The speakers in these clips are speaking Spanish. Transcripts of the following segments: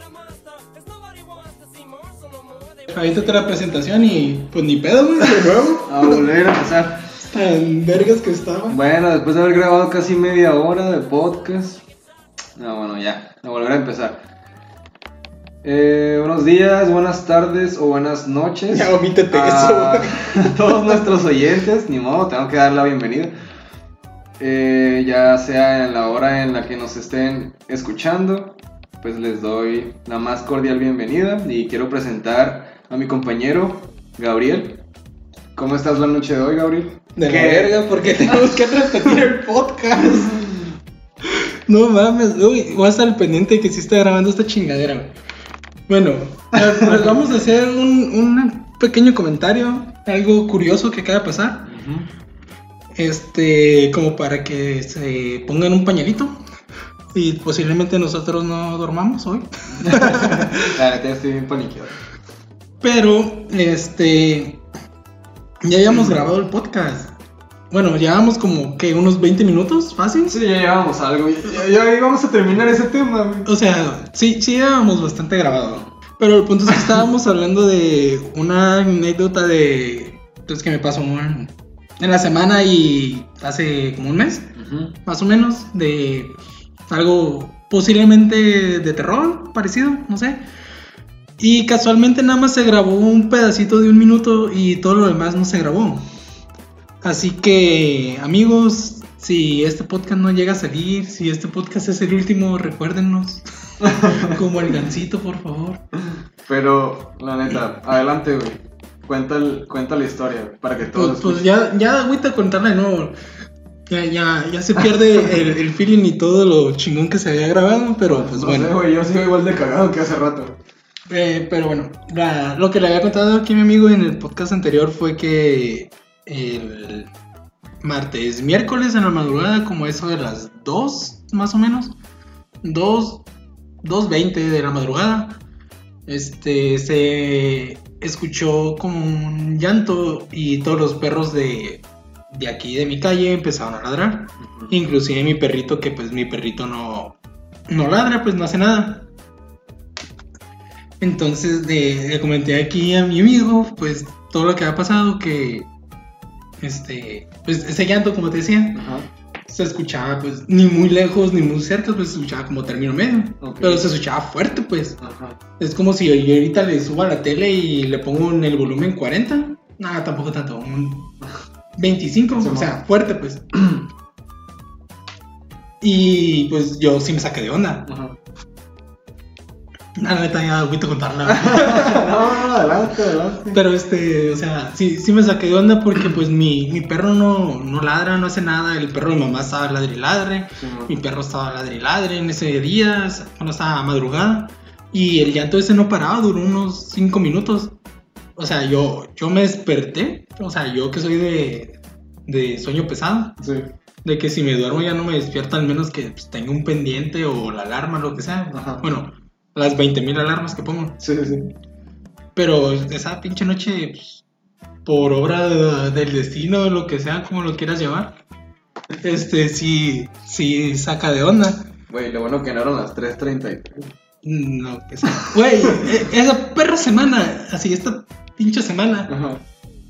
Avítate la presentación y pues ni pedo, güey, de nuevo. A volver a empezar. Tan vergas que estaba. Bueno, después de haber grabado casi media hora de podcast. Bueno, ya, a volver a empezar. Buenos días, buenas tardes o buenas noches. Ya omítete eso, güey. A todos nuestros oyentes, ni modo, tengo que dar la bienvenida. Ya sea en la hora en la que nos estén escuchando, pues les doy la más cordial bienvenida y quiero presentar a mi compañero Gabriel. ¿Cómo estás la noche de hoy, Gabriel? De la verga, porque tenemos que repetir el podcast. No mames, uy, voy a estar al pendiente de que sí está grabando esta chingadera, güey. Bueno, pues vamos a hacer un pequeño comentario, algo curioso que acaba de pasar. Como para que se pongan un pañalito y posiblemente nosotros no dormamos hoy. La neta, estoy bien paniqueado. Pero, ya habíamos grabado el podcast. Bueno, llevamos como que unos 20 minutos, fácil. Sí, ya llevamos algo. Ya íbamos a terminar ese tema, güey. O sea, sí llevábamos bastante grabado. Pero el punto es que estábamos hablando de una anécdota de pues, que me pasó en la semana y hace como un mes, más o menos, de algo posiblemente de terror, parecido, no sé. Y casualmente nada más se grabó un pedacito de 1 minuto y todo lo demás no se grabó. Así que, amigos, si este podcast no llega a salir, si este podcast es el último, recuérdenos. Como el gancito, por favor. Pero, la neta, adelante, güey. Cuenta la historia para que todos... Pues ya agüita contarla de nuevo. Ya se pierde el feeling y todo lo chingón que se había grabado, pero pues no bueno. Sé, güey, yo sigo igual de cagado que hace rato. Pero bueno, lo que le había contado aquí a mi amigo en el podcast anterior fue que el miércoles en la madrugada, como eso de las 2 más o menos, 2:20 de la madrugada, se escuchó como un llanto y todos los perros de aquí de mi calle empezaron a ladrar. Inclusive mi perrito, que pues mi perrito no ladra, pues no hace nada. Entonces le comenté aquí a mi amigo pues todo lo que ha pasado, que pues ese llanto, como te decía, se escuchaba pues ni muy lejos ni muy cerca, pues se escuchaba como término medio, pero se escuchaba fuerte, pues. Es como si yo ahorita le subo a la tele y le pongo en el volumen 40, nada, tampoco tanto, un 25, o sea, fuerte, pues. Y pues yo sí me saqué de onda. La neta, ya agüito contarla. No, adelante. Pero o sea, sí me saqué de onda porque pues mi perro no ladra, no hace nada. El perro de mi mamá estaba ladre y ladre. Sí, mi perro estaba ladre y ladre en ese día, cuando estaba madrugada. Y el llanto ese no paraba, duró unos 5 minutos. O sea, yo me desperté. O sea, yo que soy de sueño pesado. Sí. De que si me duermo ya no me despierto, al menos que pues, tenga un pendiente o la alarma, lo que sea. Bueno, las 20,000 alarmas que pongo. Sí. Pero esa pinche noche, pues, por obra del destino, lo que sea, como lo quieras llevar, sí saca de onda. Güey, lo bueno que no eran las 3:33. No, que sea. Güey, esa perra semana, así, esta pinche semana.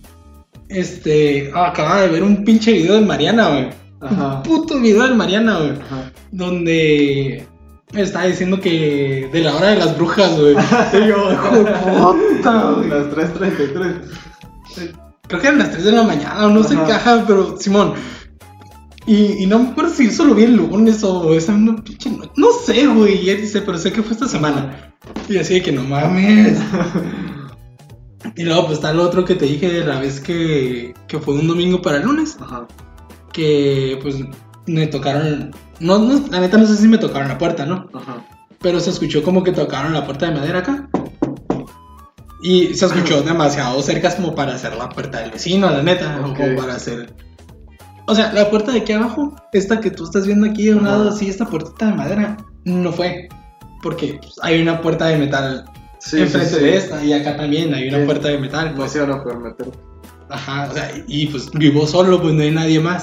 Acababa de ver un pinche video de Mariana, güey. Un puto video de Mariana, güey. Donde estaba diciendo que de la hora de las brujas, güey. Y yo, hijo de puta, güey. Las 3:33. Creo que eran las 3 de la mañana, o no sé qué, pero Simón. Y no me acuerdo si eso lo vi el lunes o esa una pinche noche. No sé, güey. Y él dice, pero sé que fue esta semana. Y así de que no mames. Y luego pues está el otro que te dije de la vez que fue un domingo para el lunes. Que pues me tocaron. No, la neta no sé si me tocaron la puerta, ¿no? Pero se escuchó como que tocaron la puerta de madera acá. Y se escuchó demasiado cerca como para hacer la puerta del vecino, la neta. O como para hacer. O sea, la puerta de aquí abajo, esta que tú estás viendo aquí a un lado, así, esta puertita de madera, no fue. Porque pues, hay una puerta de metal enfrente de esta, y acá también hay una puerta de metal. No se van a poder meter. Ajá, o sea, y pues vivo solo, pues no hay nadie más.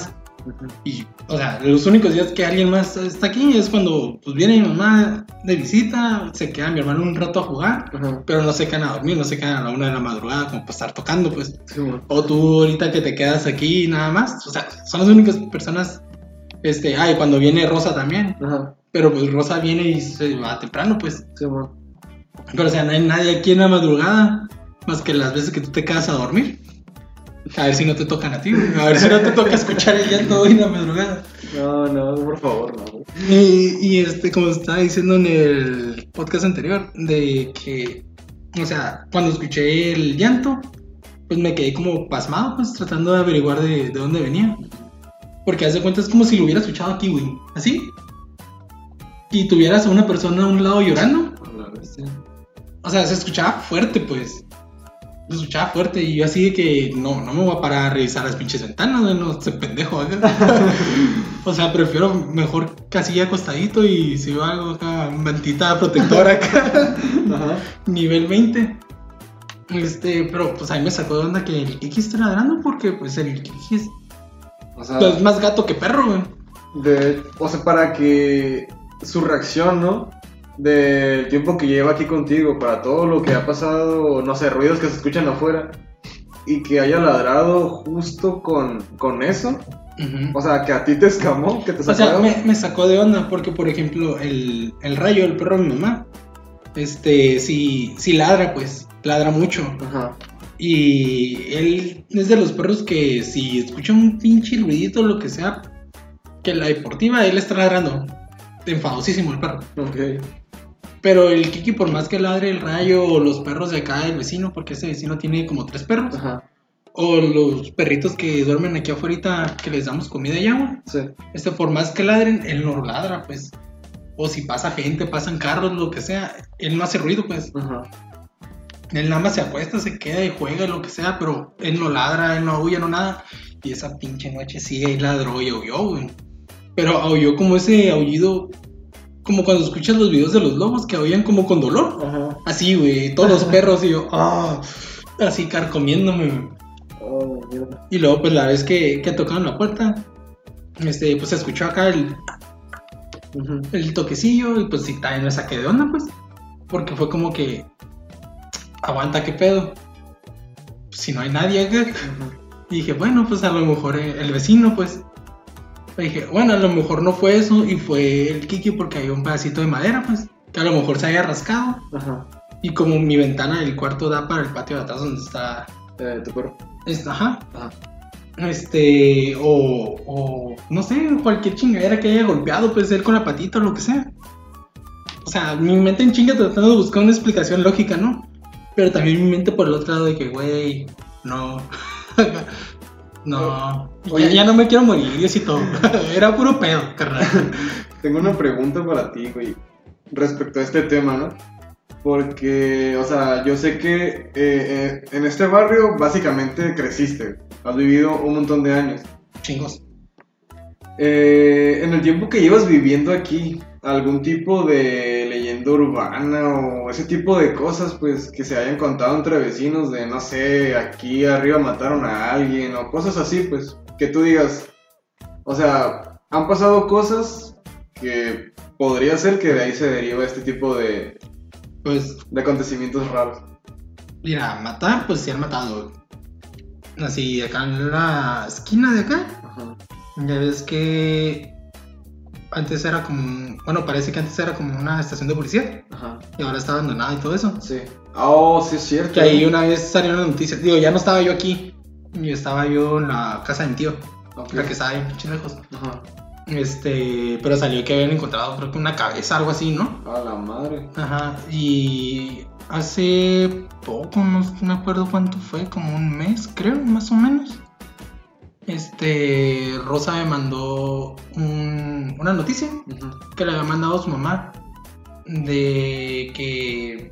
Y, o sea, los únicos días que alguien más está aquí es cuando pues viene mi mamá de visita, se queda mi hermano un rato a jugar, pero no se quedan a dormir, no se quedan a la 1 de la madrugada como para estar tocando, pues. Sí, bueno. O tú ahorita que te quedas aquí nada más, o sea, son las únicas personas, y cuando viene Rosa también, Ajá. pero pues Rosa viene y se va temprano, pues. Sí, bueno. Pero o sea, no hay nadie aquí en la madrugada, más que las veces que tú te quedas a dormir. A ver si no te tocan a ti, güey. A ver si no te toca escuchar el llanto hoy en la madrugada. No, por favor, no. Y como estaba diciendo en el podcast anterior, de que, o sea, cuando escuché el llanto, pues me quedé como pasmado, pues tratando de averiguar de dónde venía. Porque haz de cuenta es como si lo hubiera escuchado aquí, güey. Así. Y tuvieras a una persona a un lado llorando. O sea, se escuchaba fuerte, pues. Se escuchaba fuerte y yo así de que no me voy a parar a revisar las pinches ventanas, güey, no se pendejo acá. O sea, prefiero mejor casi acostadito y si veo algo acá, mantita protectora acá, Ajá. nivel 20. Pero pues a mí me sacó de onda que el Kiki esté ladrando porque pues el Kiki es O sea, pues, más gato que perro, güey. O sea, para que su reacción, ¿no? Del tiempo que lleva aquí contigo, para todo lo que ha pasado, no sé, ruidos que se escuchan afuera, y que haya ladrado justo con eso. O sea, que a ti te escamó, que te O sacó sea, de onda. me sacó de onda porque, por ejemplo, el Rayo, el perro de mi mamá, sí ladra, pues, ladra mucho. Ajá. Y él es de los perros que si escucha un pinche ruidito o lo que sea, que la deportiva, él está ladrando. Enfadosísimo el perro. Ok. Pero el Kiki, por más que ladre el Rayo o los perros de acá del vecino, porque ese vecino tiene como 3 perros, Ajá. o los perritos que duermen aquí afuera que les damos comida y agua, Sí. por más que ladren, él no ladra, pues. O si pasa gente, pasan carros, lo que sea, él no hace ruido, pues. Ajá. Él nada más se acuesta, se queda y juega, lo que sea, pero él no ladra, él no aúlla, no nada. Y esa pinche noche sí, él ladró y aulló, güey. Pero aulló como ese aullido, como cuando escuchas los videos de los lobos que aullan como con dolor. Ajá. Así, güey, todos los perros y yo, así carcomiéndome, güey. Oh, mierda. Y luego, pues la vez que tocaron la puerta, pues se escuchó acá Ujú. el toquecillo y pues sí, también me saqué de onda, pues. Porque fue como que, aguanta, ¿qué pedo? Si no hay nadie acá. Y dije, bueno, pues a lo mejor el vecino, pues. Y dije, bueno, a lo mejor no fue eso y fue el Kiki porque había un pedacito de madera, pues. Que a lo mejor se había rascado. Ajá. Y como mi ventana del cuarto da para el patio de atrás donde está... Tu perro. Ajá. Ajá. O no sé, cualquier chingadera que haya golpeado, pues él con la patita o lo que sea. O sea, mi mente en chinga tratando de buscar una explicación lógica, ¿no? Pero también mi mente por el otro lado de que, güey, no. No. Oye. Ya no me quiero morir, Diosito. Era puro pedo, carnal. Tengo una pregunta para ti, güey, respecto a este tema, ¿no? Porque, o sea, yo sé que en este barrio básicamente creciste, has vivido un montón de años. Chingos. En el tiempo que llevas viviendo aquí, ¿algún tipo de leyenda urbana o ese tipo de cosas, pues, que se hayan contado entre vecinos de, no sé, aquí arriba mataron a alguien o cosas así, pues, que tú digas, o sea, han pasado cosas que podría ser que de ahí se deriva este tipo de Pues, acontecimientos raros? mira, matar, pues sí han matado. Así, acá en la esquina de acá. Ajá. Ya ves que antes era como, bueno, parece que antes era como una estación de policía Ajá. y ahora está abandonada y todo eso. Sí. Oh, sí es cierto. Que ahí una vez salió una noticia, digo, ya no estaba yo aquí, estaba yo en la casa de mi tío, Ok. la que estaba bien pinche lejos. Ajá. Pero salió que habían encontrado, creo que una cabeza, algo así, ¿no? A la madre. Ajá, y hace poco, no me acuerdo cuánto fue, como un mes, creo, más o menos. Rosa me mandó una noticia Ujú. que le había mandado a su mamá de que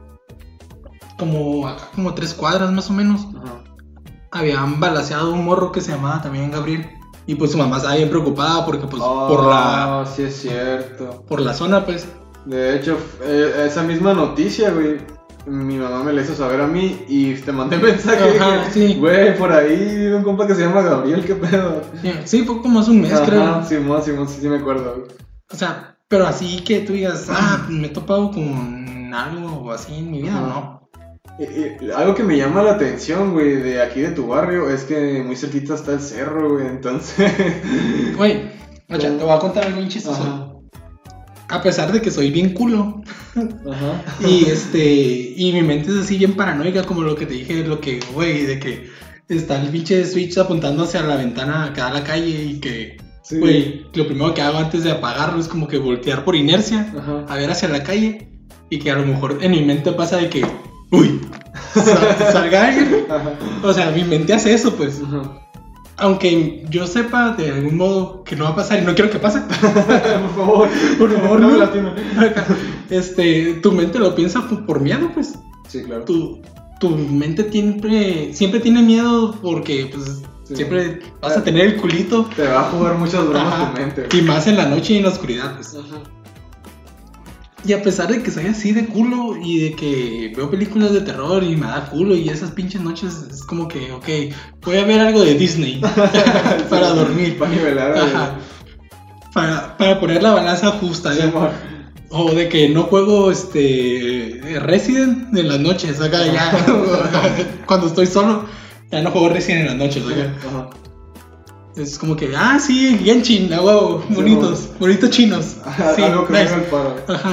como 3 cuadras más o menos Ajá. habían balaceado un morro que se llamaba también Gabriel y pues su mamá estaba bien preocupada porque pues Sí es cierto. por la zona pues. De hecho, esa misma noticia, güey, mi mamá me la hizo saber a mí y te mandé mensaje. Ajá, sí. Güey, por ahí vive un compa que se llama Gabriel, ¿qué pedo? Sí, fue como hace un mes, creo. Ajá, Simón, sí me acuerdo, güey. O sea, pero así que tú digas, me he topado con algo así en mi vida, Ajá. no. Algo que me llama la atención, güey, de aquí de tu barrio es que muy cerquita está el cerro, güey, entonces... Güey, te voy a contar algo bien chistoso. Ajá. A pesar de que soy bien culo Ajá. y mi mente es así bien paranoica, como lo que te dije, güey, de que está el pinche Switch apuntando hacia la ventana que da a la calle y que, Sí. güey, lo primero que hago antes de apagarlo es como que voltear por inercia Ajá. a ver hacia la calle y que a lo mejor en mi mente pasa de que, uy, salga alguien. Ajá. O sea, mi mente hace eso, pues. Ajá. Aunque yo sepa de algún modo que no va a pasar y no quiero que pase. Por favor, no me lastimen. Tu mente lo piensa por miedo, pues. Sí, claro. Tu mente siempre tiene miedo porque, pues, Sí. siempre vas a tener el culito. Te va a jugar muchas bromas Ajá. tu mente, Y más en la noche y en la oscuridad, pues. Ajá. Y a pesar de que soy así de culo y de que veo películas de terror y me da culo y esas pinches noches es como que, ok, voy a ver algo de Disney para dormir. Para nivelar, güey. Ajá. Para poner la balanza justa, Sí, ¿ya? amor. O de que no juego Resident en las noches, acá ya. Cuando estoy solo, ya no juego Resident en las noches, acá. Ajá. Es como que, sí, Genshin, a huevo, bonitos chinos. Sí, Algo que nice. venga al paro. Ajá.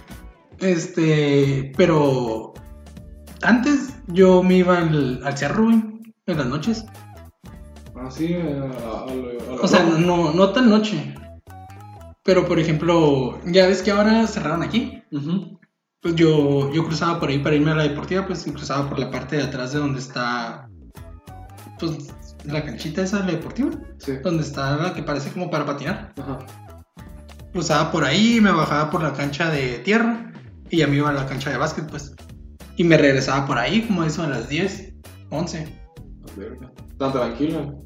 Pero antes yo me iba al cerro, güey, en las noches. Así, O sea, no tan noche. Pero por ejemplo, ya ves que ahora cerraron aquí. Pues yo cruzaba por ahí para irme a la deportiva, pues cruzaba por la parte de atrás de donde está, pues, la canchita esa de la deportiva. Sí. Donde está la que parece como para patinar. Ajá. Cruzaba por ahí, me bajaba por la cancha de tierra y ya me iba a la cancha de básquet, pues. Y me regresaba por ahí como eso a las 10, 11. Tan tranquilo.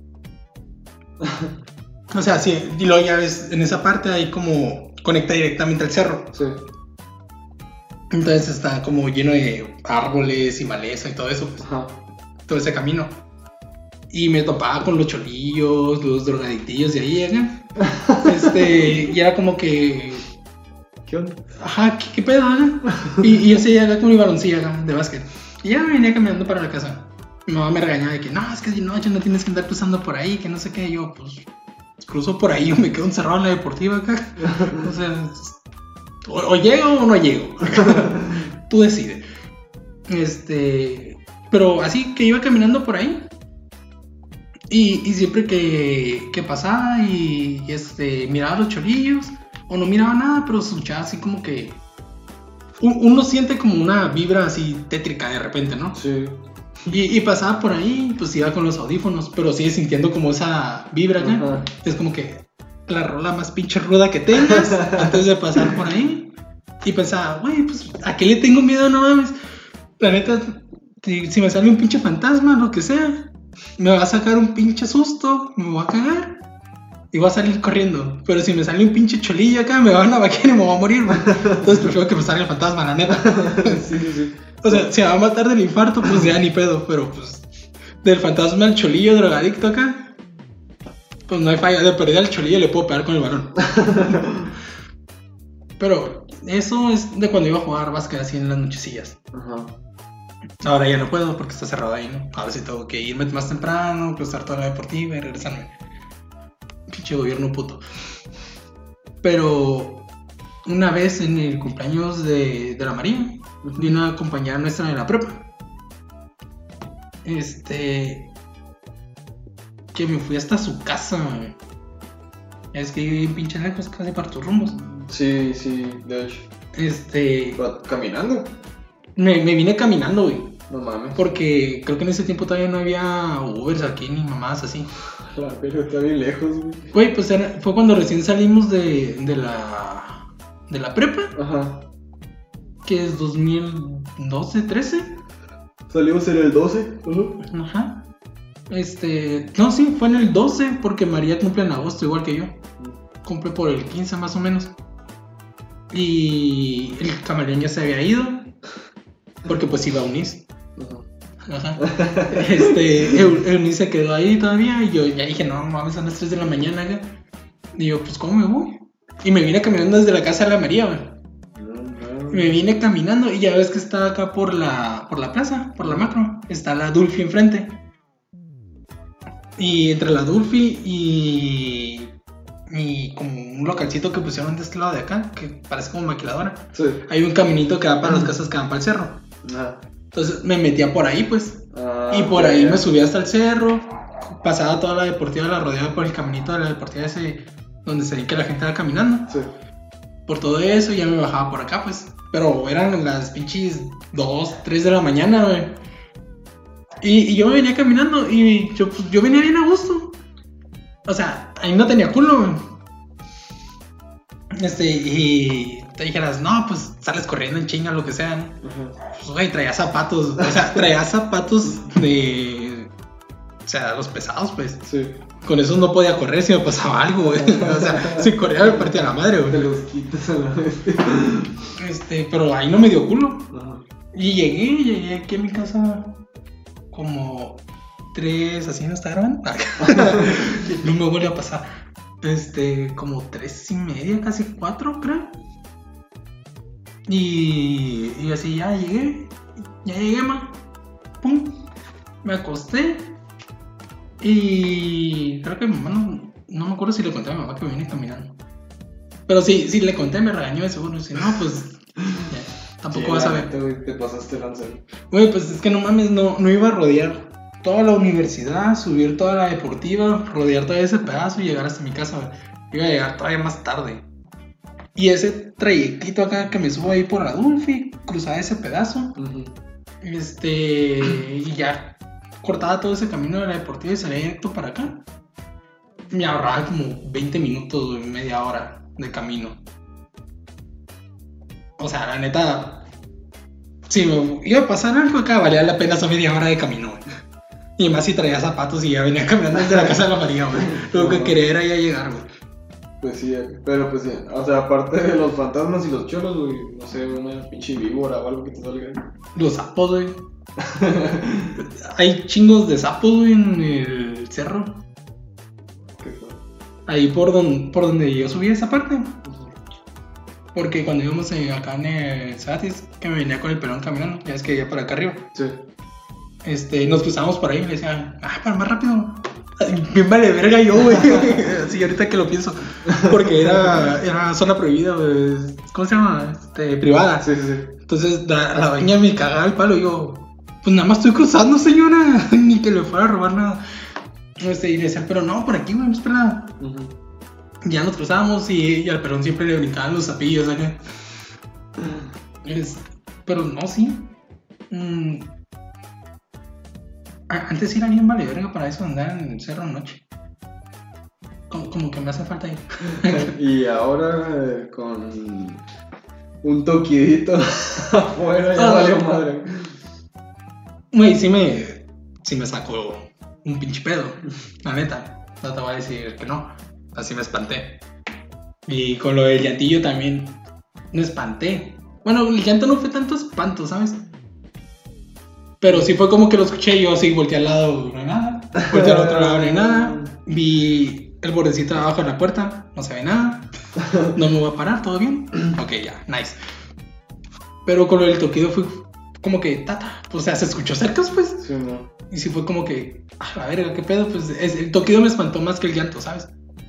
O sea, sí, y luego ya ves, en esa parte ahí como conecta directamente al cerro. Sí. Entonces está como lleno de árboles y maleza y todo eso, pues. Ajá. Todo ese camino. Y me topaba con los cholillos, los drogadictillos de ahí, acá. Y era como que... ¿Qué onda? Ajá, ¿qué pedo, acá? Y yo seguía acá con mi baloncilla acá de básquet. Y ya me venía caminando para la casa. Mi mamá me regañaba de que, no, es que de noche no tienes que andar cruzando por ahí, que no sé qué. Yo, pues, cruzo por ahí o me quedo encerrado en la deportiva acá. O sea, o llego o no llego. Tú decides. Pero así que iba caminando por ahí. Y siempre que pasaba y miraba los cholillos, o no miraba nada, pero escuchaba así como que... Uno siente como una vibra así tétrica de repente, ¿no? Sí. Y pasaba por ahí, pues iba con los audífonos, pero sigue sintiendo como esa vibra acá. Ajá. Es como que la rola más pinche ruda que tengas antes de pasar por ahí. Y pensaba, güey, pues ¿a qué le tengo miedo? No mames. La neta, si me sale un pinche fantasma, lo que sea, me va a sacar un pinche susto, me voy a cagar y voy a salir corriendo. Pero si me sale un pinche cholillo acá, me van a vaquear y me voy a morir, güey. Entonces prefiero que me salga el fantasma, la neta. Sí. O sea, si me va a matar del infarto, pues ya ni pedo. Pero pues, del fantasma al cholillo drogadicto acá, pues no hay falla. De perder al cholillo le puedo pegar con el balón. Pero eso es de cuando iba a jugar básquet así en las nochecillas. Ajá. Ahora ya no puedo porque está cerrado ahí, ¿no? A ver si tengo que irme más temprano, cruzar toda la deportiva y regresarme. Pinche gobierno puto. Pero una vez en el cumpleaños de la María, de una compañera nuestra de la prepa, que me fui hasta su casa, güey. Es que viví en pinche lejos, casi para tus rumbos. Sí, de hecho. ¿Caminando? Me vine caminando, güey. No mames. Porque creo que en ese tiempo todavía no había Ubers aquí ni mamás así. Pero está bien lejos, güey. Güey, pues fue cuando recién salimos de la prepa, Ajá. que es 2012, 13. Salimos en el 12. Ajá. No, sí, fue en el 12, porque María cumple en agosto, igual que yo. Cumple por el 15 más o menos. Y el camaleón ya se había ido. Porque pues iba a Unis. Ajá. Ajá. Eunice se quedó ahí todavía y yo ya dije, no mames, son las 3 de la mañana, güey. Y yo, pues, ¿cómo me voy? Y me vine caminando desde la casa de la María, güey. Me vine caminando y ya ves que está acá por la plaza, por la macro. Está la Dulfi enfrente. Y entre la Dulfi y como un localcito que pusieron de este lado de acá, que parece como maquiladora. Sí. Hay un caminito que va para las casas que van para el cerro. Ajá. Entonces me metía por ahí, pues. Y por ok, ahí ya. me subía hasta el cerro. Pasaba toda la deportiva, la rodeaba por el caminito de la deportiva ese donde se ve que la gente va caminando. Sí. Por todo eso ya me bajaba por acá, pues. Pero eran las pinches 2, 3 de la mañana, güey. Y yo me venía caminando y yo venía bien a gusto. O sea, ahí no tenía culo, güey. Y te dijeras, no, pues sales corriendo en chinga, lo que sea, ¿no? Ajá. Pues, güey, traía zapatos. O sea, traía zapatos de... O sea, los pesados, pues. Sí. Con esos no podía correr si me pasaba algo, güey. O sea, si corría me partía la madre, Te güey. los quitas a la vez. Pero ahí no me dio culo. Ajá. Y llegué aquí a mi casa como 3, así no está grabando. No me vuelve a pasar. Como 3:30, casi 4, creo. Y así ya llegué, ma. Pum. Me acosté. Y creo que mi mamá no me acuerdo si le conté a mi mamá que me vine caminando. Pero sí le conté, me regañó de seguro. Si no, pues ya, tampoco Sí, vas a la ver. neta, güey, te pasaste lanza. Güey, pues es que no mames, no iba a rodear toda la universidad, subir toda la deportiva, rodear todo ese pedazo y llegar hasta mi casa, güey. Iba a llegar todavía más tarde. Y ese trayectito acá que me subo ahí por la Dulfi, cruzaba ese pedazo. Ujú. Y ya cortaba todo ese camino de la deportiva y salía directo para acá. Me ahorraba como 20 minutos, güey, media hora de camino. O sea, la neta, si me iba a pasar algo acá, valía la pena esa media hora de camino, güey. Y más si traía zapatos y ya venía caminando desde la casa de la María, güey. Lo que quería era ya llegar, güey. Pues sí, pero pues sí. O sea, aparte de los fantasmas y los cholos, güey, no sé, una pinche víbora o algo que te salga. Los sapos, güey. Hay chingos de sapos, güey, en el cerro. ¿Qué fue? Ahí por donde yo subí esa parte. Porque cuando íbamos acá en el Satis, que me venía con el pelón caminando, ya es que ya para acá arriba. Sí. Nos cruzamos por ahí y le decían, para más rápido. Bien vale verga yo, güey. Así ahorita que lo pienso. Porque era zona prohibida, güey. ¿Cómo se llama? Privada. Sí, sí, sí. Entonces la doña me cagaba el palo y yo, pues nada más estoy cruzando, señora. Ni que le fuera a robar nada. Y le decía, pero no, por aquí, güey, no espera nada. Ujú. Ya nos cruzamos y al perón siempre le brincaban los zapillos acá. Pero no, sí. Antes era bien vale verga para eso, andar en el cerro de noche. Como que me hace falta ahí. Y ahora con un toquidito afuera ya valió madre. Güey, sí me sacó un pinche pedo, la neta. No te voy a decir que no. Así me espanté. Y con lo del llantillo también me espanté. Bueno, el llanto no fue tanto espanto, ¿sabes? Pero sí fue como que lo escuché y yo así volteé al lado, no hay nada. Volteé al otro lado, no hay nada. Vi el bordecito de abajo de la puerta, no se ve nada. No me voy a parar, ¿todo bien? Ok, ya, nice. Pero con lo del toquido fue como que, tata. O sea, se escuchó cerca, pues. Sí, no. Y sí fue como que, la verga, qué pedo. Pues el toquido me espantó más que el llanto, ¿sabes?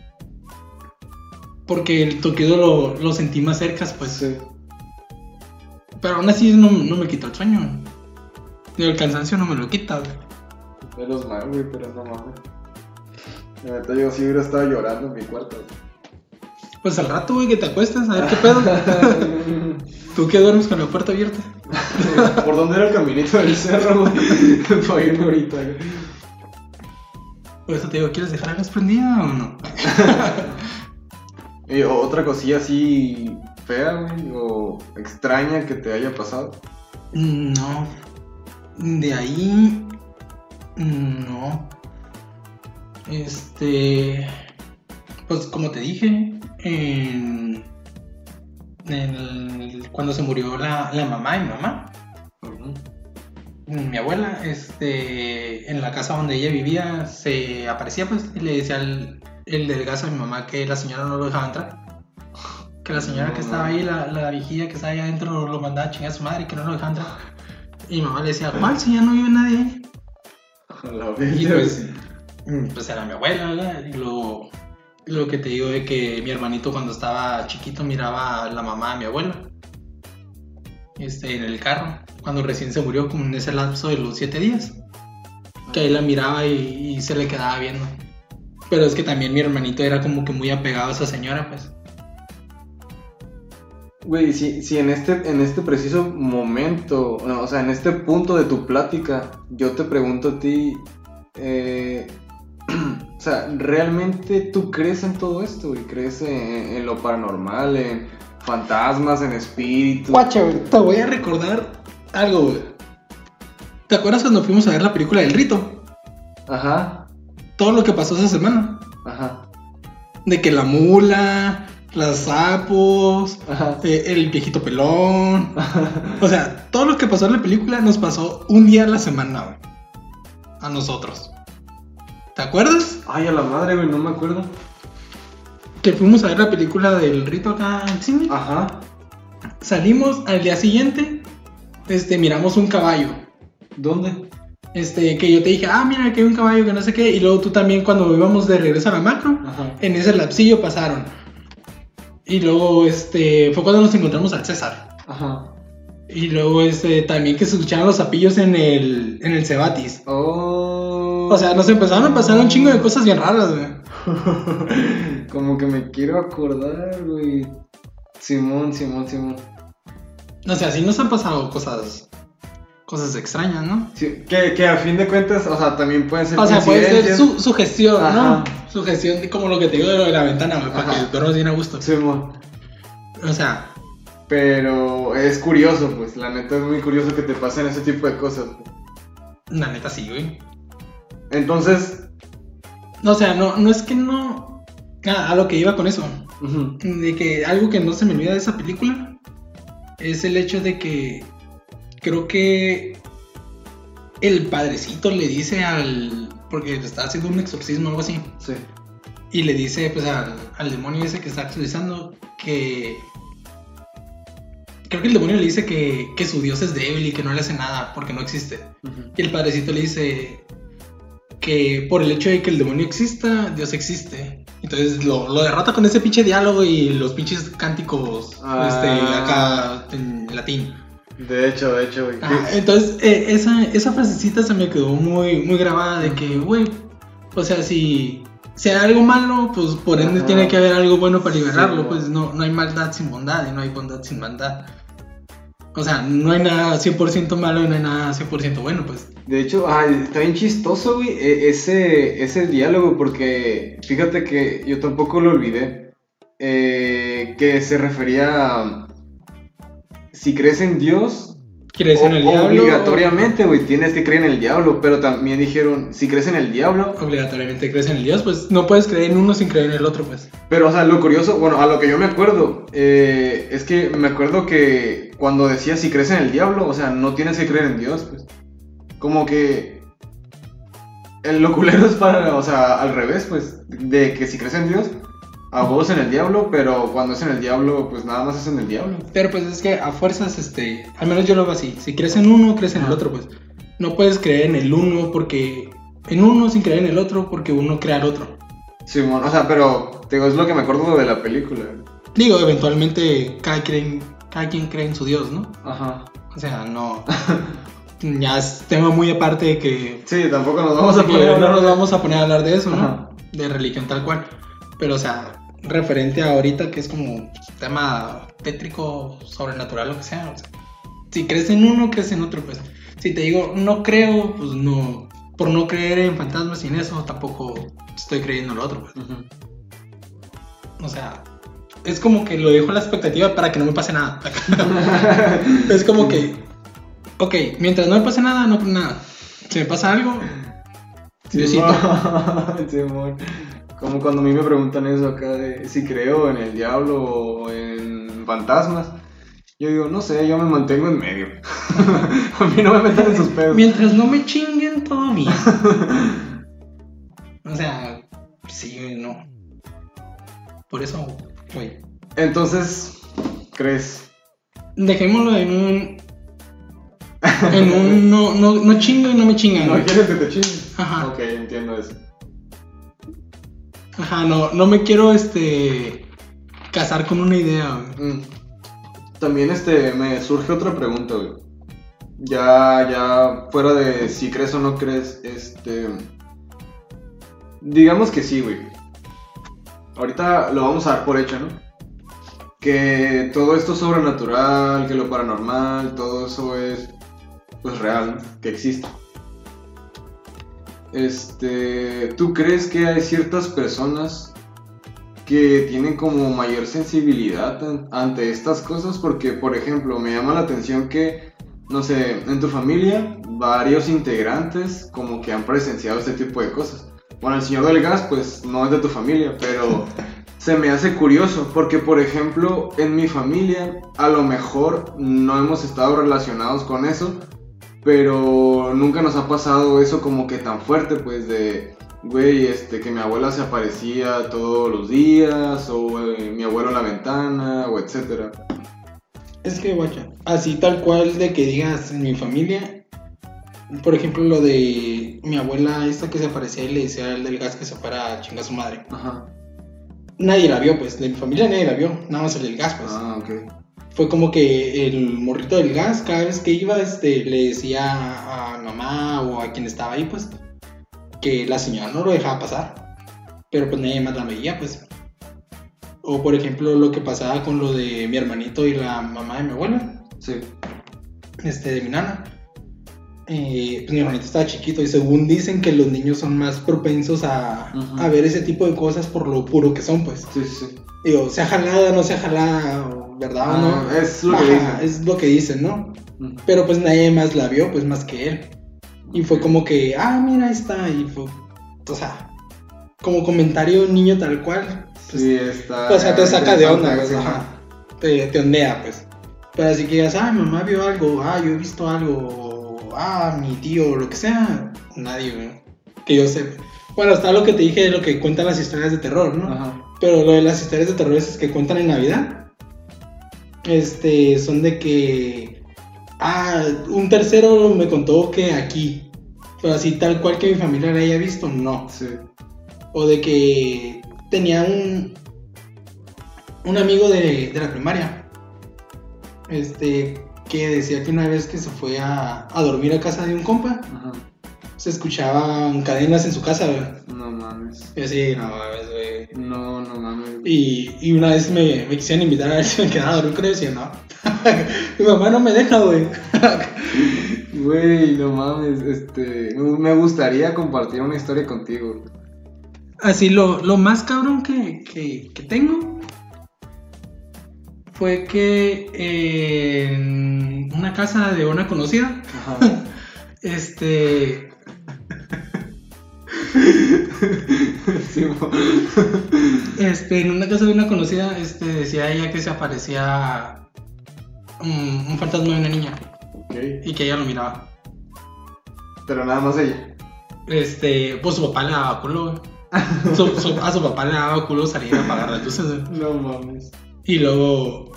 Porque el toquido lo sentí más cerca, pues. Sí. Pero aún así no me quitó el sueño. Y el cansancio no me lo quita, güey. Menos mal, güey, pero no mames. La neta, yo sí hubiera estado llorando en mi cuarto. Pues al rato, güey, que te acuestas, a ver qué pedo. ¿Tú qué duermes con la puerta abierta? ¿Por dónde era el caminito del cerro, güey? Para irme ahorita, güey. Por eso te digo, ¿quieres dejar la luz prendida o no? Y otra cosilla así fea, güey, o extraña que te haya pasado. No. De ahí. No. Pues como te dije, cuando se murió la mamá de mi mamá, Mi abuela, en la casa donde ella vivía, se aparecía, pues, y le decía el del gas a mi mamá que la señora no lo dejaba entrar. Que la señora que estaba ahí, la viejilla que estaba ahí adentro, lo mandaba a chingar a su madre y que no lo dejaba entrar. Y mi mamá le decía, ¿cuál? Si ya no vive nadie ahí. Y pues era mi abuela, ¿verdad? Y lo que te digo de que mi hermanito cuando estaba chiquito miraba a la mamá de mi abuela. En el carro, cuando recién se murió, como en ese lapso de los 7 días. Que ahí la miraba y se le quedaba viendo. Pero es que también mi hermanito era como que muy apegado a esa señora, pues. Güey, si en este preciso momento, no, o sea, en este punto de tu plática, yo te pregunto a ti, o sea, ¿realmente tú crees en todo esto, güey? ¿Crees en lo paranormal, en fantasmas, en espíritus? Guacha, güey, te voy a recordar algo, güey. ¿Te acuerdas cuando fuimos a ver la película del Rito? Ajá. Todo lo que pasó esa semana. Ajá. De que la mula, las sapos, Ajá. El viejito pelón. O sea, todo lo que pasó en la película nos pasó un día a la semana, güey. A nosotros. ¿Te acuerdas? Ay, a la madre, güey, no me acuerdo. Que fuimos a ver la película del Rito acá en cine. Ajá. Salimos al día siguiente, miramos un caballo. ¿Dónde? Que yo te dije, mira, que hay un caballo, que no sé qué. Y luego tú también, cuando íbamos de regreso a la macro, Ajá. en ese lapsillo pasaron. Y luego, fue cuando nos encontramos al César. Ajá. Y luego, también que se escuchaban los zapillos en el Cebatis. Oh. O sea, nos empezaron a pasar un chingo de cosas bien raras, güey. Como que me quiero acordar, güey. Simón. O sea, sí nos han pasado cosas extrañas, ¿no? Sí, que a fin de cuentas, o sea, también pueden ser O sea, puede ser coincidencias. sugestión, Ajá. ¿no? Sugestión de como lo que te digo de la ventana, güey, para Ajá. que duermas bien a gusto. Simón. O sea, Pero es curioso, pues, la neta es muy curioso que te pasen ese tipo de cosas. la neta sí, güey. Entonces, O sea, no es que no... A lo que iba con eso. ujú, De que algo que no se me olvida de esa película es el hecho de que creo que el padrecito le dice porque está haciendo un exorcismo o algo así. sí. Y le dice pues al demonio ese que está exorcizando que... Creo que el demonio le dice que su Dios es débil y que no le hace nada porque no existe. Ujú. Y el padrecito le dice que por el hecho de que el demonio exista, Dios existe. Entonces lo derrota con ese pinche diálogo y los pinches cánticos acá en latín. De hecho, güey. Entonces esa frasecita se me quedó muy, muy grabada de que, güey, o sea, si hay algo malo, pues por ende Ajá. tiene que haber algo bueno para liberarlo. Sí, pues no hay maldad sin bondad y no hay bondad sin maldad. O sea, no hay nada 100% malo y no hay nada 100% bueno, pues. De hecho, está bien chistoso, güey, ese diálogo, porque fíjate que yo tampoco lo olvidé. Que se refería a si crees en Dios, ¿Quieres en el diablo? obligatoriamente, güey, tienes que creer en el diablo. Pero también dijeron, si crees en el diablo, Obligatoriamente crees en el Dios, pues no puedes creer en uno sin creer en el otro, pues. pero, o sea, lo curioso, bueno, a lo que yo me acuerdo, es que me acuerdo que cuando decía si crees en el diablo, o sea, no tienes que creer en Dios, pues. Como que lo culero es o sea, al revés, pues, de que si crees en Dios, a vos en el diablo, pero cuando es en el diablo, pues nada más es en el diablo. Pero pues es que a fuerzas, al menos yo lo veo así. Si crees en uno, crees en el otro, pues. No puedes creer en el uno en uno sin creer en el otro porque uno crea al otro. Sí, bueno, o sea, pero te digo, es lo que me acuerdo de la película. Digo, eventualmente cada quien cree en su Dios, ¿no? Ajá. O sea, no. Ya es tema muy aparte de que. Sí, tampoco nos vamos a que poner a hablar no nos de- vamos a poner a hablar de eso, ¿no? Ajá. De religión tal cual. Pero, o sea, referente a ahorita que es como tema tétrico, sobrenatural, lo que sea. O sea, si crees en uno, crees en otro, pues. Si te digo, no creo, pues no. Por no creer en fantasmas y en eso, tampoco estoy creyendo en lo otro, pues. Ujú. O sea, es como que lo dejo a la expectativa para que no me pase nada. Es como que, ok, mientras no me pase nada, no pasa nada. Si me pasa algo, Diosito. Simón. Como cuando a mí me preguntan eso acá de si creo en el diablo o en fantasmas. Yo digo, no sé, yo me mantengo en medio. A mí no me metan en sus pedos. Mientras no me chinguen, todo bien. O sea, sí, no. Por eso, güey. Entonces, ¿crees? Dejémoslo en un no chingo y no me chingan. ¿No güey. quieres que te chinguen? Ajá. Ok, entiendo eso. Ajá, no me quiero casar con una idea, güey. También me surge otra pregunta, güey. Ya fuera de si crees o no crees, digamos que sí, güey. Ahorita lo vamos a dar por hecho, ¿no? Que todo esto es sobrenatural, que lo paranormal, todo eso es pues real, ¿no? Que existe. ¿Tú crees que hay ciertas personas que tienen como mayor sensibilidad ante estas cosas? Porque, por ejemplo, me llama la atención que, no sé, en tu familia varios integrantes como que han presenciado este tipo de cosas. Bueno, el señor del gas pues no es de tu familia, pero se me hace curioso porque, por ejemplo, en mi familia a lo mejor no hemos estado relacionados con eso, pero nunca nos ha pasado eso como que tan fuerte, pues de, güey, que mi abuela se aparecía todos los días, o mi abuelo en la ventana, o etcétera. Es que, guacha, así tal cual de que digas en mi familia, por ejemplo, lo de mi abuela esta que se aparecía y le decía al del gas que se fuera a chingar a su madre. Ajá. Nadie la vio, pues, de mi familia nadie la vio, nada más el del gas, pues. Ah, ok. Fue como que el morrito del gas, cada vez que iba, le decía a mamá o a quien estaba ahí, pues, que la señora no lo dejaba pasar. Pero pues nadie más la veía, pues. O por ejemplo, lo que pasaba con lo de mi hermanito y la mamá de mi abuela. Sí. De mi nana. Pues mi hermanito estaba chiquito y según dicen que los niños son más propensos a ver ese tipo de cosas por lo puro que son, pues. Sí, sí. Digo, sea jalada, no sea jalada, ¿verdad o no? Es lo que dicen. Es lo que dicen, ¿no? Pero pues nadie más la vio, pues más que él. Y fue como que, mira, ahí está. Y fue, o sea, como comentario niño tal cual. Pues, sí, está. O sea, te saca de onda, pues, sí. ajá. Te ondea, pues. Pero así que digas, mamá vio algo, yo he visto algo, mi tío, lo que sea. Nadie, güey. Que yo sepa. Bueno, está lo que te dije de lo que cuentan las historias de terror, ¿no? Ajá. Pero lo de las historias de terror esas que cuentan en Navidad, son de que, un tercero me contó que aquí, pero así tal cual que mi familia la haya visto, no. Sí. O de que tenía un amigo de la primaria, que decía que una vez que se fue a dormir a casa de un compa, Ajá. se escuchaban cadenas en su casa, güey. No mames. Y así, no mames, güey. No mames. Y una vez me quisieron invitar a ver si me quedaba a dormir con ellos y yo, no. Mi mamá no me deja, güey. Güey, no mames. Me gustaría compartir una historia contigo. Así, lo más cabrón que tengo fue que en una casa de una conocida, Ajá. Sí, en una casa de una conocida, decía ella que se aparecía un fantasma de una niña. Okay. Y que ella lo miraba. Pero nada más ella. Pues su papá le daba culo. A su papá le daba culo salir a apagar las luces. No mames. Y luego,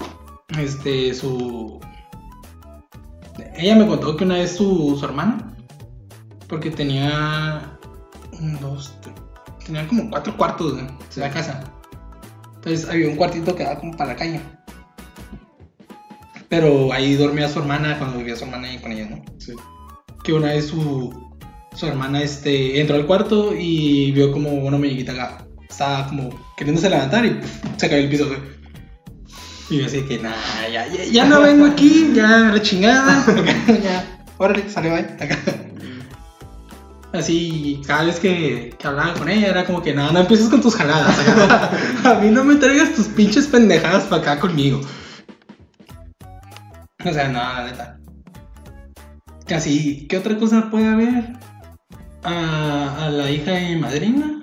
ella me contó que una vez su hermana, porque tenía tenía como 4 cuartos en la casa. Entonces había un cuartito que daba como para la calle. Pero ahí dormía su hermana cuando vivía su hermana ahí con ella, ¿no? Sí. Que una vez su hermana entró al cuarto y vio como una muñequita estaba como queriéndose levantar y se cayó el piso, güey. Y yo así que, ya no vengo aquí, ya la chingada. Ya, órale, sale, bye. Acá. Así, cada vez que hablaba con ella era como que, no empieces con tus jaladas. Acá. A mí no me traigas tus pinches pendejadas para acá conmigo. O sea, no, la neta. Así, ¿qué otra cosa puede haber? A la hija de mi madrina.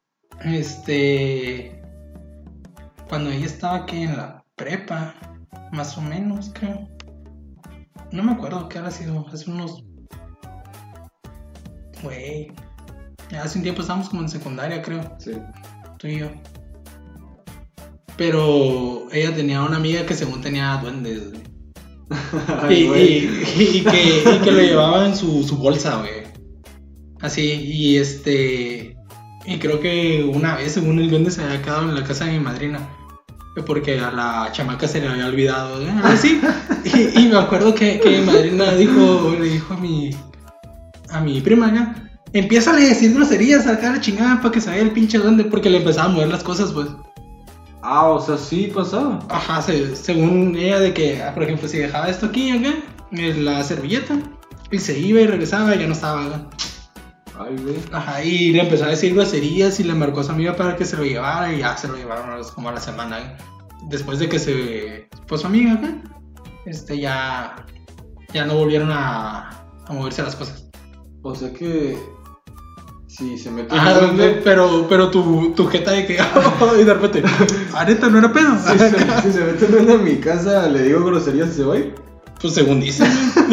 Cuando ella estaba aquí en la prepa, Más o menos, creo. No me acuerdo qué habrá sido. Hace unos... Güey. Hace un tiempo estábamos como en secundaria, creo. Sí. Tú y yo. Pero ella tenía una amiga que según tenía duendes, güey. Ay, y que lo llevaba en su bolsa, güey. Así, y creo que una vez, según el duende, se había quedado en la casa de mi madrina. Porque a la chamaca se le había olvidado, ¿eh? Así. Y me acuerdo que mi madrina le dijo a mi prima, ¿no? Empieza a decir groserías acá a la chingada para que se vaya el pinche duende, porque le empezaba a mover las cosas, pues. Ah, o sea, sí pasaba. Ajá, según ella, de que, por ejemplo, si dejaba esto aquí, acá, en la servilleta, y se iba y regresaba, ya no estaba, ¿no? Ay, güey. Ajá, y le empezó a decir groserías y le marcó a su amiga para que se lo llevara, y ya se lo llevaron como a la semana, ¿eh? Después de que se fue su amiga, acá, ya no volvieron a moverse las cosas. O sea que... Sí, se mete Ah, un duende. pero tu jeta de que, y de repente, neta, no era pedo. Si se mete un duende en mi casa, le digo groserías y se va a ir. Pues según dicen,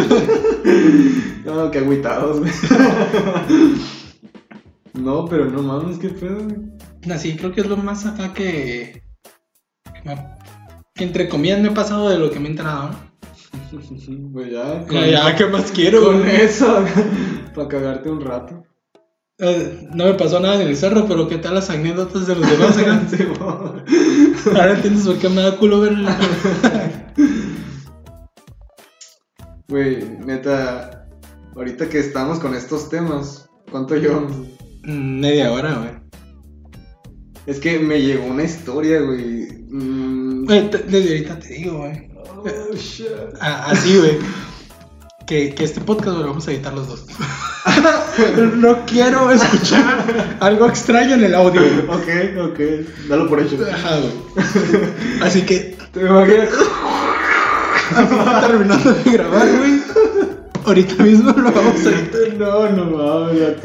No, qué agüitados, güey. No, pero no mames, qué pedo, güey. así creo que es lo más acá que entre comillas me ha pasado de lo que me he enterado, ¿no? Pues ya. Ya, ¿qué más quiero? Con güey? eso, para cagarte un rato. No me pasó nada en el cerro, pero ¿qué tal las anécdotas de los demás acá? Sí, mo. Ahora entiendes por qué me da culo verla. Güey, neta, ahorita que estamos con estos temas, ¿cuánto llevamos? Media hora, güey. Es que me llegó una historia, güey. Desde ahorita te digo, güey. Oh, shit. Así, güey. Que este podcast lo vamos a editar los dos. No quiero escuchar algo extraño en el audio, güey. Ok, dalo por hecho. Ajá, güey. Así que, ¿Te imaginas? terminando de grabar, güey, ahorita mismo lo vamos a editar. No mames, acá.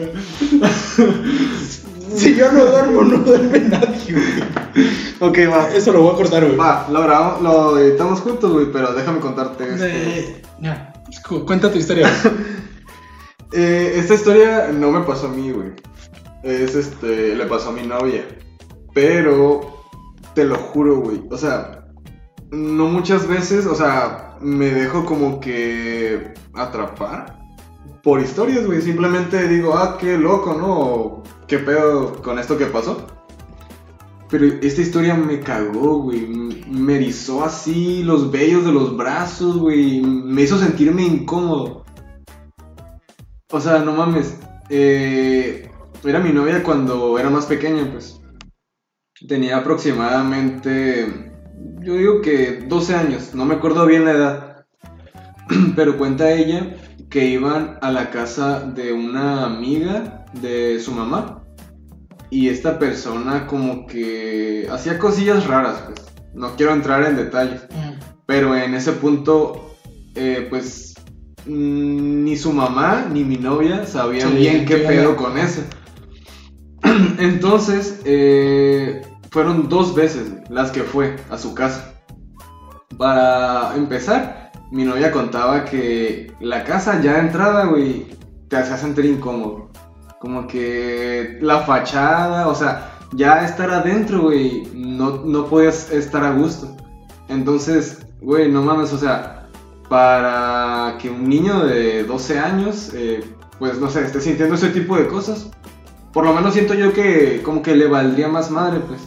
Si yo no duermo, no duerme nadie, güey. Ok, va. Eso lo voy a cortar, güey. Va, lo grabamos, lo editamos juntos, güey, pero déjame contarte esto. Ya, cuenta tu historia, güey. Esta historia no me pasó a mí, güey. Le pasó a mi novia. Pero, te lo juro, güey. O sea, no muchas veces, o sea, me dejo como que atrapar por historias, güey. Simplemente digo, qué loco, ¿no? O, ¿qué pedo con esto que pasó? Pero esta historia me cagó, güey. Me erizó así los vellos de los brazos, güey. Me hizo sentirme incómodo. O sea, no mames. Era mi novia cuando era más pequeña, pues. Tenía aproximadamente, yo digo que 12 años. No me acuerdo bien la edad. Pero cuenta ella que iban a la casa de una amiga de su mamá. Y esta persona como que hacía cosillas raras, pues. No quiero entrar en detalles. Pero en ese punto, pues, ni su mamá ni mi novia sabían Sí, bien qué sí, pedo con eso. Entonces, fueron 2 veces las que fue a su casa. Para empezar, mi novia contaba que la casa ya de entrada, güey, te hacía sentir incómodo. Como que la fachada, o sea, ya estar adentro, güey, no podías estar a gusto. Entonces, güey, no mames, o sea, para que un niño de 12 años, pues no sé, esté sintiendo ese tipo de cosas, por lo menos siento yo que como que le valdría más madre, pues.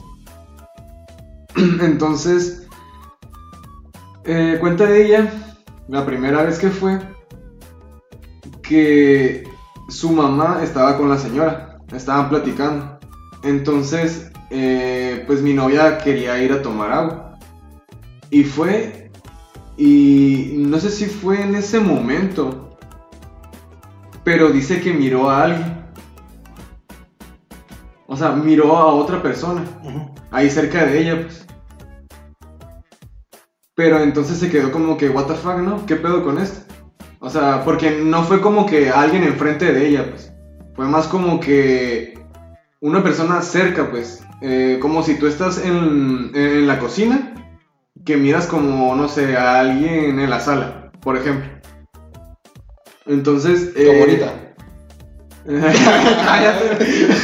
Entonces, cuenta de ella, la primera vez que fue, que su mamá estaba con la señora, estaban platicando. Entonces, pues mi novia quería ir a tomar agua. Y fue, y no sé si fue en ese momento, pero dice que miró a alguien. O sea, miró a otra persona, ahí cerca de ella, pues. Pero entonces se quedó como que, what the fuck, ¿no? ¿Qué pedo con esto? O sea, porque no fue como que alguien enfrente de ella, pues. Fue más como que una persona cerca, pues. Como si tú estás en la cocina, que miras como, no sé, a alguien en la sala, por ejemplo. Entonces... Como ahorita. Cállate.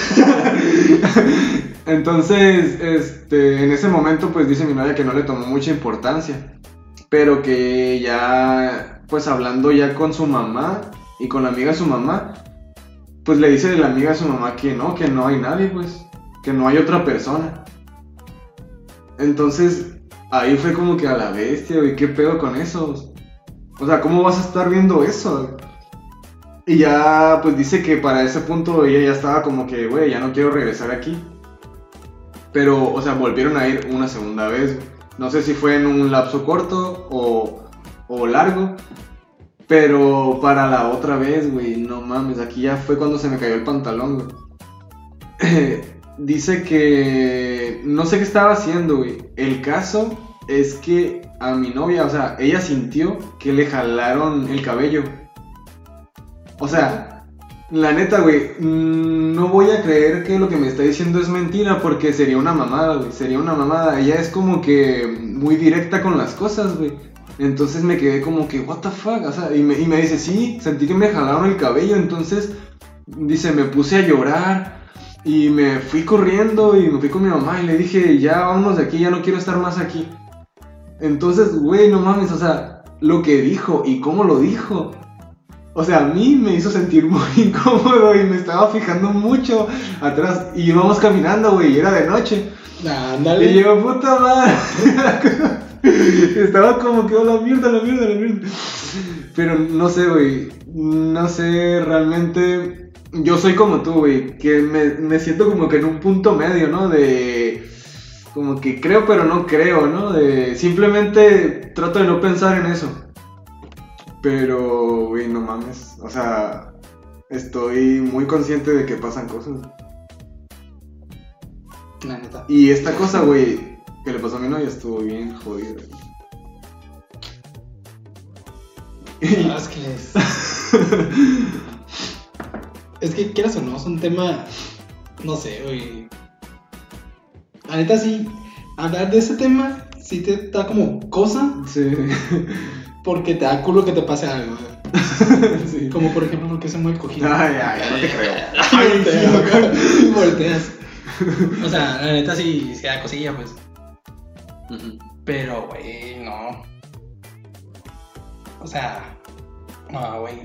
Entonces, en ese momento, pues dice mi novia que no le tomó mucha importancia, pero que ya, pues hablando ya con su mamá y con la amiga de su mamá, pues le dice la amiga de su mamá que no hay nadie, pues, que no hay otra persona. Entonces, ahí fue como que a la bestia, güey, ¿qué pedo con eso? O sea, ¿cómo vas a estar viendo eso? Y ya, pues dice que para ese punto ella ya estaba como que, güey, ya no quiero regresar aquí. Pero, o sea, volvieron a ir una segunda vez. No sé si fue en un lapso corto o largo. Pero para la otra vez, güey, no mames, aquí ya fue cuando se me cayó el pantalón, güey. Dice que no sé qué estaba haciendo, güey. El caso es que a mi novia, o sea, ella sintió que le jalaron el cabello. O sea... La neta, güey, no voy a creer que lo que me está diciendo es mentira porque sería una mamada, güey, sería una mamada. Ella es como que muy directa con las cosas, güey. Entonces me quedé como que, what the fuck, o sea, y me dice, sí, sentí que me jalaron el cabello, entonces, dice, me puse a llorar y me fui corriendo y me fui con mi mamá y le dije, ya, vámonos de aquí, ya no quiero estar más aquí. Entonces, güey, no mames, o sea, lo que dijo y cómo lo dijo... O sea, a mí me hizo sentir muy incómodo y me estaba fijando mucho atrás. Y íbamos caminando, güey, y era de noche. Ándale. Y yo, puta madre. Estaba como que, oh, la mierda. Pero no sé, güey. No sé, realmente. Yo soy como tú, güey. Que me siento como que en un punto medio, ¿no? De... Como que creo, pero no creo, ¿no? De... Simplemente trato de no pensar en eso. Pero, güey, no mames, o sea, estoy muy consciente de que pasan cosas. La neta. Y esta cosa, güey, que le pasó a mi novia estuvo bien jodida. No, es que es que quieras o no, es un tema, no sé, güey. La neta sí, hablar de ese tema sí te da como cosa. Sí. Porque te da culo que te pase algo. Sí. Como por ejemplo, porque se mueve el cojín. Ay, no te creo. Volteas. O sea, la neta sí da cosilla, pues. Pero, güey, no. O sea, no, güey.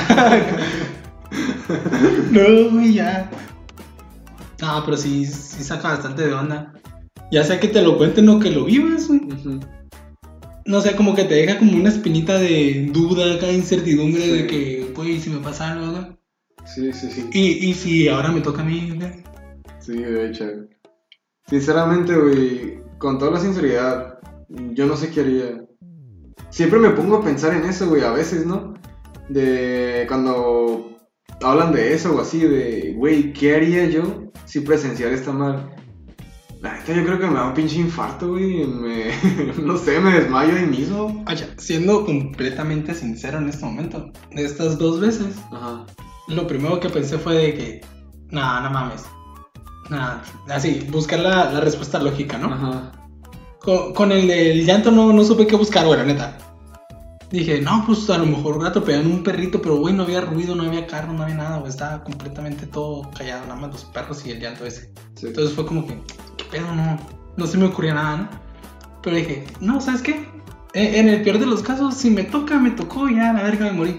No, güey, ya. No, pero sí saca bastante de onda. Ya sea que te lo cuenten o que lo vivas, güey. No sé, como que te deja como una espinita de duda, cada incertidumbre, sí. De que, güey, si me pasa algo, ¿no? Sí. Y si ahora me toca a mí, ¿no? Sí, de hecho. Sinceramente, güey, con toda la sinceridad, yo no sé qué haría. Siempre me pongo a pensar en eso, güey, a veces, ¿no? De cuando hablan de eso o así, de, güey, ¿qué haría yo si presenciar esta mal? La neta, yo creo que me da un pinche infarto, güey. No sé, me desmayo ahí mismo. Oye, siendo completamente sincero en este momento, de estas 2 veces, lo primero que pensé fue de que, no mames. Nada, así, buscar la respuesta lógica, ¿no? Con el del llanto no supe qué buscar, güey, la neta. Dije, no, pues a lo mejor atropellaron un perrito, pero güey, no había ruido, no había carro, no había nada, güey, estaba completamente todo callado, nada más los perros y el llanto ese. Sí. Entonces fue como que, ¿qué pedo? No se me ocurría nada, ¿no? Pero dije, no, ¿sabes qué? En el peor de los casos, si me toca, me tocó, ya, la verga, me morí.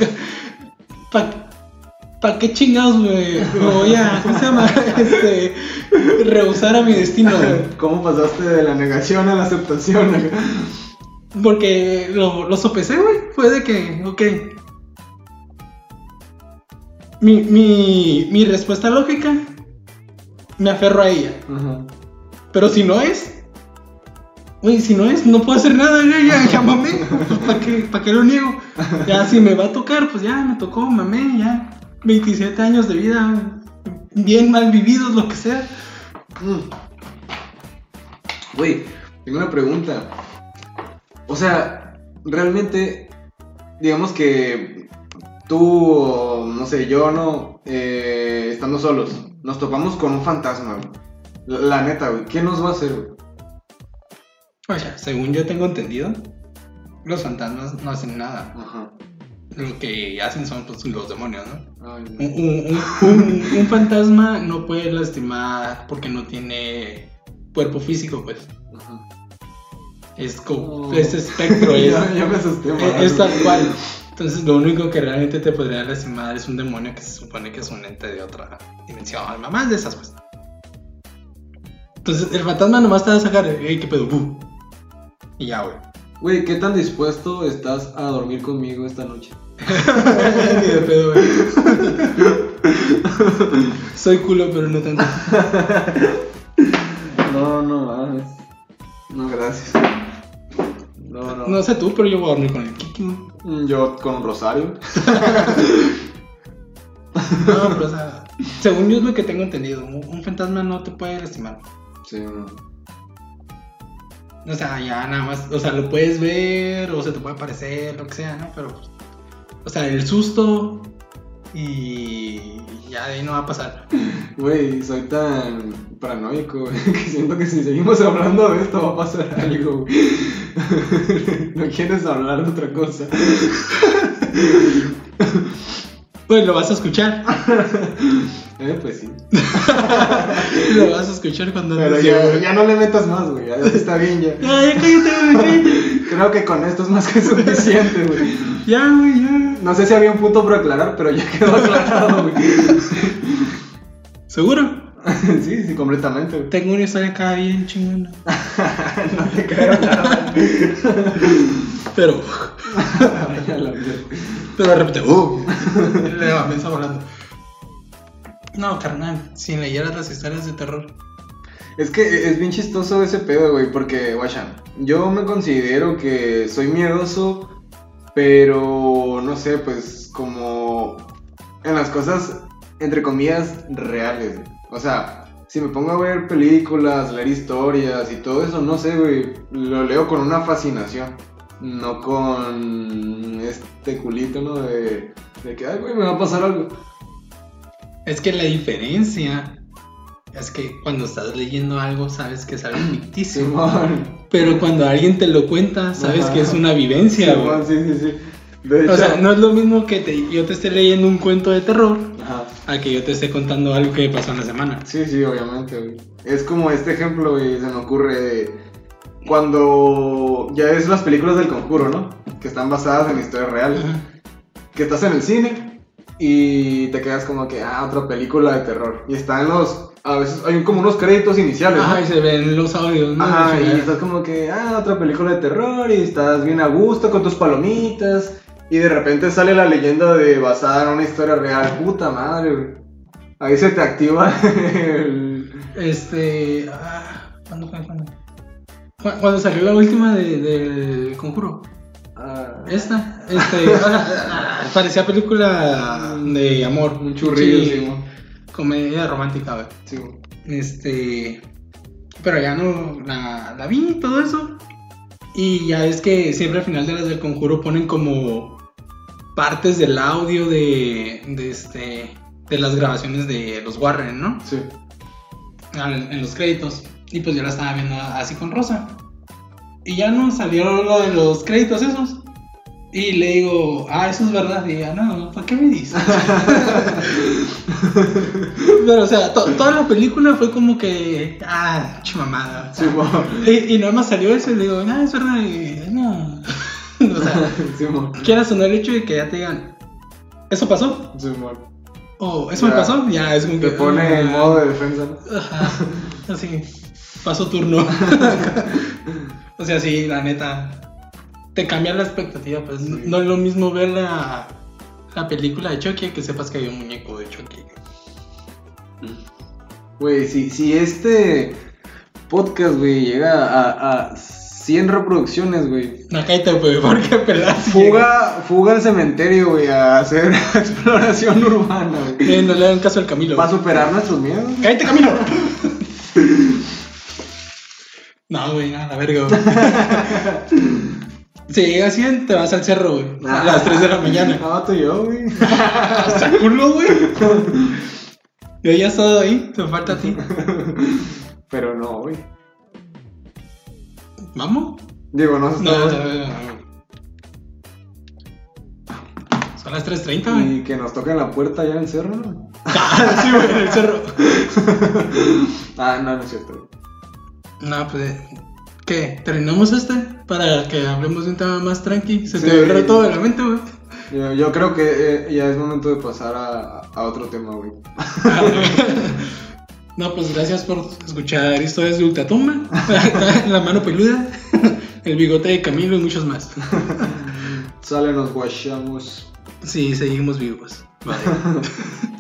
¿Para qué chingados me voy a, ¿cómo se llama? Rehusar a mi destino. ¿Cómo pasaste de la negación a la aceptación? Porque lo sopesé, güey. Fue de que, ok. Mi respuesta lógica, me aferro a ella. Pero si no es, güey, no puedo hacer nada, ya mamé. ¿Para qué lo niego? Ya, si me va a tocar, pues ya me tocó, mamé, ya. 27 años de vida, bien mal vividos, lo que sea. Güey, tengo una pregunta. O sea, realmente, digamos que tú, no sé, yo no, estando solos, nos topamos con un fantasma, güey. La neta, güey, ¿qué nos va a hacer, güey? O sea, según yo tengo entendido, los fantasmas no hacen nada. Ajá. Lo que hacen son pues, los demonios, ¿no? Ay, Un fantasma no puede lastimar porque no tiene cuerpo físico, pues. Ajá. Es como Oh. ese espectro, Ya me asusté, es tal cual. Entonces lo único que realmente te podría lastimar es un demonio que se supone que es un ente de otra dimensión. Mamás de esas, pues. Entonces el fantasma nomás te va a sacar, hey, qué pedo, y ya, güey. Güey, ¿qué tan dispuesto estás a dormir conmigo esta noche? Ni de pedo, güey. Soy culo, pero no tanto. No mames. No, gracias. No. No sé tú, pero yo voy a dormir con el Kiki, güey. Yo con Rosario. No, pero o sea, según yo es lo que tengo entendido, un fantasma no te puede lastimar. Sí, no. O sea, ya nada más, o sea, lo puedes ver o se te puede parecer, lo que sea, ¿no? Pero, pues, o sea, el susto y ya de ahí no va a pasar. Güey, soy tan paranoico, güey, que siento que si seguimos hablando de esto va a pasar algo, güey. No quieres hablar de otra cosa. Pues lo vas a escuchar. Pues sí. Lo vas a escuchar cuando Pero andes ya, ciego. ya no le metas más, güey. Ya está bien, ya. Ya cállate, güey, cállate. Creo que con esto es más que suficiente, güey. Ya, güey, ya. No sé si había un punto por aclarar, pero ya quedó aclarado, güey. ¿Seguro? Sí, completamente, güey. Tengo una historia acá bien chingona. No te creo nada. Pero, Ya la vi. pero de repente, le va a pensar hablando. No, carnal, si leyeras las historias de terror. Es que es bien chistoso ese pedo, güey, porque, guacha, yo me considero que soy miedoso, pero, no sé, pues, como en las cosas, entre comillas, reales. O sea, si me pongo a ver películas, leer historias y todo eso, no sé, güey, lo leo con una fascinación, no con este culito, ¿no? De que, ay, güey, me va a pasar algo. Es que la diferencia es que cuando estás leyendo algo sabes que es algo ficticio. Simón. Pero cuando alguien te lo cuenta, sabes Ajá. que es una vivencia, Simón, güey. sí. De hecho, O sea, no es lo mismo que yo te esté leyendo un cuento de terror ajá. a que yo te esté contando algo que pasó en la semana. Sí, obviamente, güey. Es como este ejemplo, güey, se me ocurre de cuando ya ves las películas del Conjuro, ¿no? Que están basadas en historias reales. Ajá. Que estás en el cine y te quedas como que, otra película de terror. Y están a veces hay como unos créditos iniciales, ¿no? Ajá, y se ven los audios, ¿no? Ajá, Sí, y estás como que, otra película de terror y estás bien a gusto con tus palomitas y de repente sale la leyenda de basada en una historia real. Puta madre, güey. Ahí se te activa el... ¿Cuándo fue? Cuando salió la última del Conjuro. Esta, parecía película de amor. Un churrillo, Sí, sí, ¿no? comedia romántica, güey. Sí. Pero ya no la vi y todo eso. Y ya es que siempre al final de las del Conjuro ponen como partes del audio de las grabaciones de los Warren, ¿no? Sí. En los créditos. Y pues yo la estaba viendo así con Rosa. Y ya no salió lo de los créditos esos. Y le digo, eso es verdad. Y ella, no, ¿para qué me dices? Pero, o sea, toda la película fue como que, chimamada. Sí, wow. Y nada más salió eso y le digo, es verdad. Y no. O sea, Sí, mo. quieras o no el hecho de que ya te digan, ¿eso pasó? Sí, mo. ¿O eso Ya. me pasó? Ya, es como Te que. pone en modo de defensa, ¿no? Ajá, así, paso turno. O sea, sí, la neta, te cambia la expectativa, pues Sí. no es lo mismo ver la película de Chucky que sepas que hay un muñeco de Chucky. Güey, si este podcast, güey, llega a 100 reproducciones, güey. No, cállate, pues, porque pelas. Fuga al cementerio, güey, a hacer exploración urbana, güey. No le hagan caso al Camilo. ¿Va a superar nuestros miedos? ¡Cállate, Camilo! No, güey, a la verga, güey. Si llega a 100, te vas al cerro, güey. A las 3 de la mañana. No, tú y yo, güey. Hasta culo, güey. Yo ya he estado ahí, te falta a ti. Pero no, güey. ¿Vamos? Digo, no se No, está... Son las 3:30, güey. Y que nos toquen la puerta allá en el cerro, ¿no? Sí, güey, en el cerro. No es cierto. No, pues, ¿qué? ¿Terminamos para que hablemos de un tema más tranqui? Se te Sí. borró todo de la mente, güey. Yo creo que ya es momento de pasar a otro tema, güey. No, pues gracias por escuchar historias de Ultratumba, La Mano Peluda, El Bigote de Camilo y muchos más. Sale, nos guachamos. Sí, seguimos vivos. Vale.